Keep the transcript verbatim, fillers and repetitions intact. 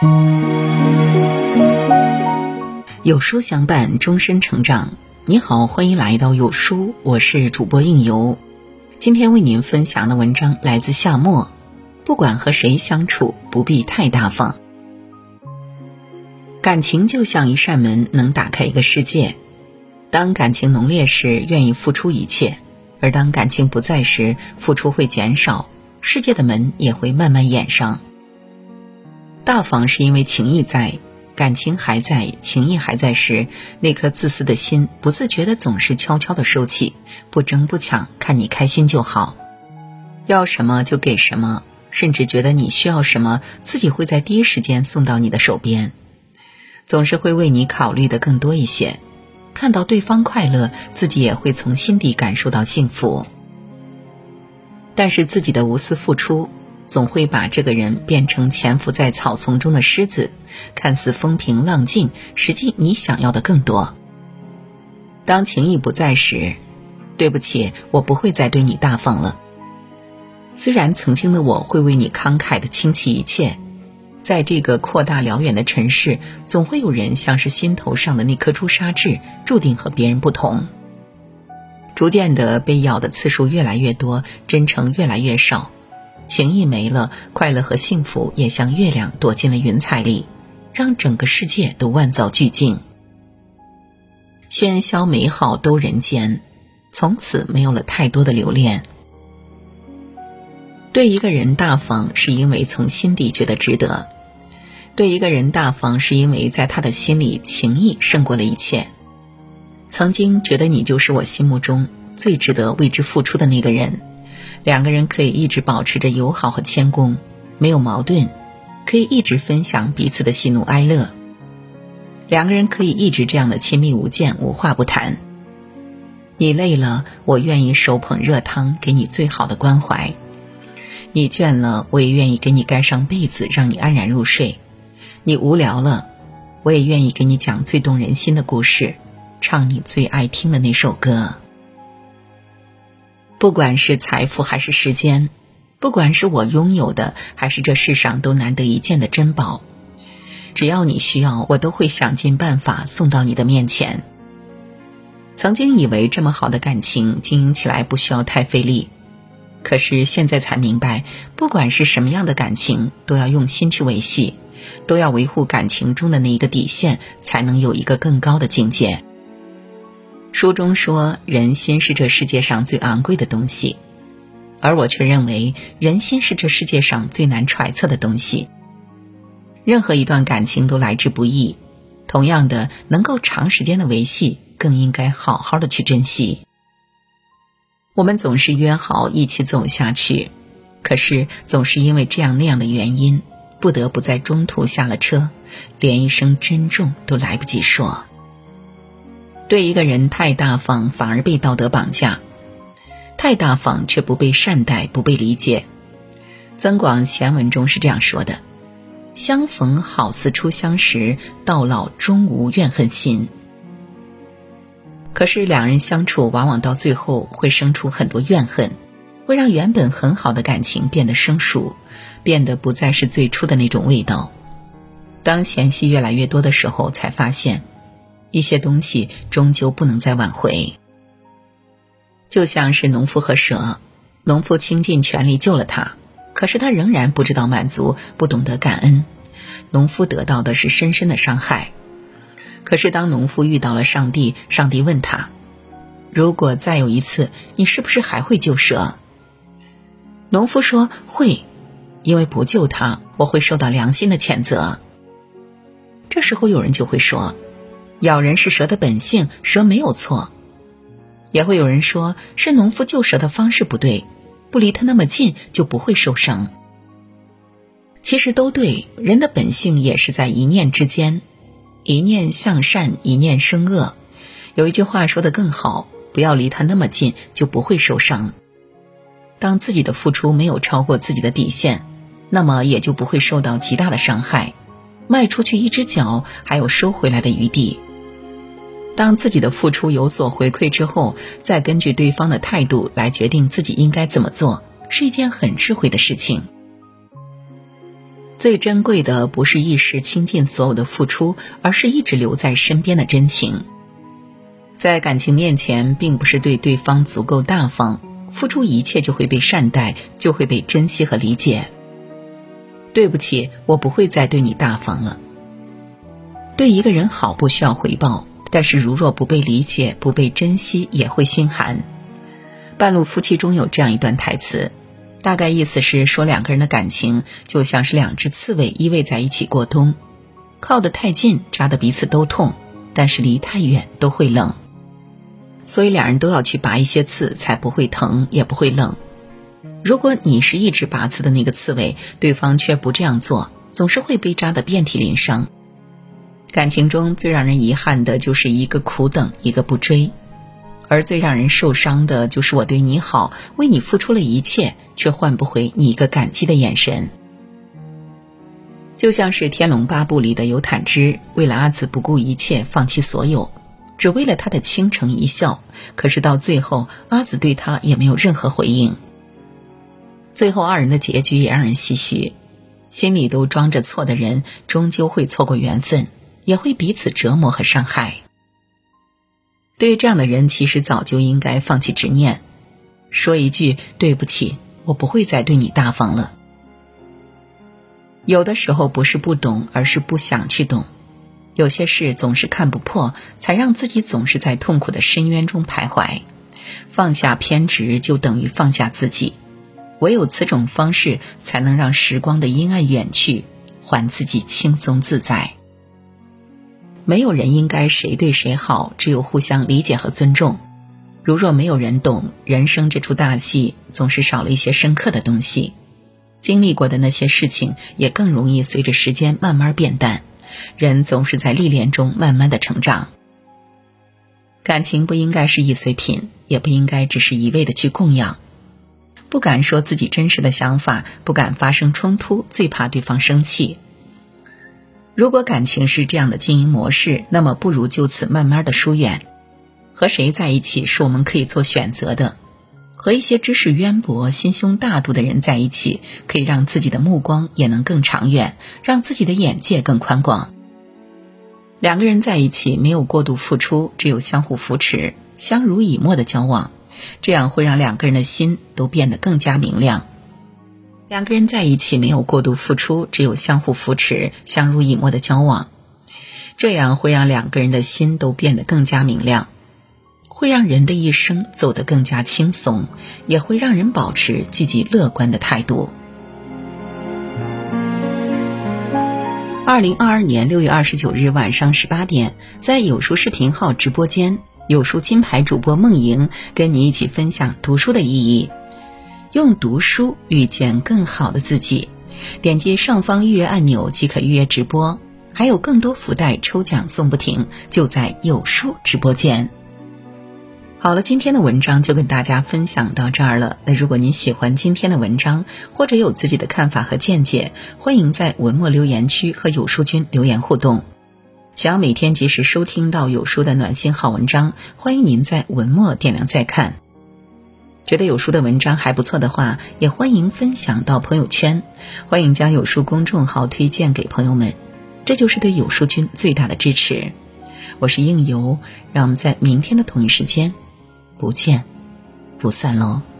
有书相伴，终身成长。你好，欢迎来到有书，我是主播应由。今天为您分享的文章来自夏末。不管和谁相处，不必太大方。感情就像一扇门，能打开一个世界。当感情浓烈时，愿意付出一切；而当感情不在时，付出会减少，世界的门也会慢慢掩上。大方是因为情谊在，感情还在，情谊还在时，那颗自私的心不自觉地总是悄悄地收起，不争不抢，看你开心就好，要什么就给什么，甚至觉得你需要什么，自己会在第一时间送到你的手边，总是会为你考虑的更多一些。看到对方快乐，自己也会从心底感受到幸福。但是自己的无私付出总会把这个人变成潜伏在草丛中的狮子，看似风平浪静，实际你想要的更多。当情谊不在时，对不起，我不会再对你大方了。虽然曾经的我会为你慷慨地倾其一切，在这个扩大辽远的城市，总会有人像是心头上的那颗朱砂痣，注定和别人不同。逐渐的被咬的次数越来越多，真诚越来越少，情谊没了，快乐和幸福也像月亮躲进了云彩里，让整个世界都万造俱静。喧嚣美好都人间，从此没有了太多的留恋。对一个人大方，是因为从心底觉得值得；对一个人大方，是因为在他的心里，情谊胜过了一切。曾经觉得你就是我心目中最值得为之付出的那个人，两个人可以一直保持着友好和谦恭，没有矛盾，可以一直分享彼此的喜怒哀乐，两个人可以一直这样的亲密无间，无话不谈。你累了，我愿意手捧热汤给你最好的关怀；你倦了，我也愿意给你盖上被子，让你安然入睡；你无聊了，我也愿意给你讲最动人心的故事，唱你最爱听的那首歌。不管是财富还是时间，不管是我拥有的还是这世上都难得一见的珍宝，只要你需要，我都会想尽办法送到你的面前。曾经以为这么好的感情经营起来不需要太费力，可是现在才明白，不管是什么样的感情，都要用心去维系，都要维护感情中的那一个底线，才能有一个更高的境界。书中说，人心是这世界上最昂贵的东西，而我却认为，人心是这世界上最难揣测的东西。任何一段感情都来之不易，同样的，能够长时间的维系，更应该好好的去珍惜。我们总是约好一起走下去，可是总是因为这样那样的原因，不得不在中途下了车，连一声珍重都来不及说。对一个人太大方，反而被道德绑架；太大方却不被善待，不被理解。增广贤文中是这样说的：相逢好似初相识，到老终无怨恨心。可是两人相处往往到最后会生出很多怨恨，会让原本很好的感情变得生疏，变得不再是最初的那种味道。当嫌隙越来越多的时候，才发现一些东西终究不能再挽回。就像是农夫和蛇，农夫倾尽全力救了他，可是他仍然不知道满足，不懂得感恩，农夫得到的是深深的伤害。可是当农夫遇到了上帝，上帝问他，如果再有一次，你是不是还会救蛇？农夫说会，因为不救他，我会受到良心的谴责。这时候有人就会说，咬人是蛇的本性，蛇没有错。也会有人说，是农夫救蛇的方式不对，不离他那么近就不会受伤。其实都对，人的本性也是在一念之间，一念向善，一念生恶。有一句话说得更好，不要离他那么近，就不会受伤。当自己的付出没有超过自己的底线，那么也就不会受到极大的伤害，迈出去一只脚还有收回来的余地。当自己的付出有所回馈之后，再根据对方的态度来决定自己应该怎么做，是一件很智慧的事情。 最珍贵的不是一时倾尽所有的付出，而是一直留在身边的真情。在感情面前，并不是对对方足够大方，付出一切就会被善待，就会被珍惜和理解。对不起，我不会再对你大方了。对一个人好不需要回报，但是如若不被理解，不被珍惜，也会心寒。半路夫妻中有这样一段台词，大概意思是说，两个人的感情就像是两只刺猬依偎在一起过冬，靠得太近扎得彼此都痛，但是离太远都会冷，所以两人都要去拔一些刺，才不会疼也不会冷。如果你是一直拔刺的那个刺猬，对方却不这样做，总是会被扎得遍体鳞伤。感情中最让人遗憾的就是一个苦等，一个不追，而最让人受伤的就是我对你好，为你付出了一切，却换不回你一个感激的眼神。就像是《天龙八部》里的尤坦之，为了阿紫不顾一切，放弃所有，只为了他的倾城一笑，可是到最后阿紫对他也没有任何回应。最后二人的结局也让人唏嘘，心里都装着错的人，终究会错过缘分，也会彼此折磨和伤害。对于这样的人，其实早就应该放弃执念，说一句对不起，我不会再对你大方了。有的时候不是不懂，而是不想去懂。有些事总是看不破，才让自己总是在痛苦的深渊中徘徊。放下偏执，就等于放下自己。唯有此种方式，才能让时光的阴暗远去，还自己轻松自在。没有人应该谁对谁好，只有互相理解和尊重。如若没有人懂，人生这出大戏总是少了一些深刻的东西。经历过的那些事情，也更容易随着时间慢慢变淡。人总是在历练中慢慢的成长。感情不应该是易碎品，也不应该只是一味的去供养。不敢说自己真实的想法，不敢发生冲突，最怕对方生气。如果感情是这样的经营模式，那么不如就此慢慢的疏远。和谁在一起是我们可以做选择的，和一些知识渊博、心胸大度的人在一起，可以让自己的目光也能更长远，让自己的眼界更宽广。两个人在一起没有过度付出，只有相互扶持，相濡以沫的交往，这样会让两个人的心都变得更加明亮。两个人在一起没有过度付出，只有相互扶持，相濡以沫的交往，这样会让两个人的心都变得更加明亮，会让人的一生走得更加轻松，也会让人保持积极乐观的态度。二零二二年六月二十九日晚上十八点，在有书视频号直播间，有书金牌主播梦莹跟你一起分享读书的意义，用读书遇见更好的自己。点击上方预约按钮即可预约直播，还有更多福袋抽奖送不停，就在有书直播间。好了，今天的文章就跟大家分享到这儿了。那如果您喜欢今天的文章，或者有自己的看法和见解，欢迎在文末留言区和有书君留言互动。想要每天及时收听到有书的暖心好文章，欢迎您在文末点亮再看。觉得有书的文章还不错的话，也欢迎分享到朋友圈，欢迎将有书公众号推荐给朋友们，这就是对有书君最大的支持。我是应由，让我们在明天的同一时间不见不散喽。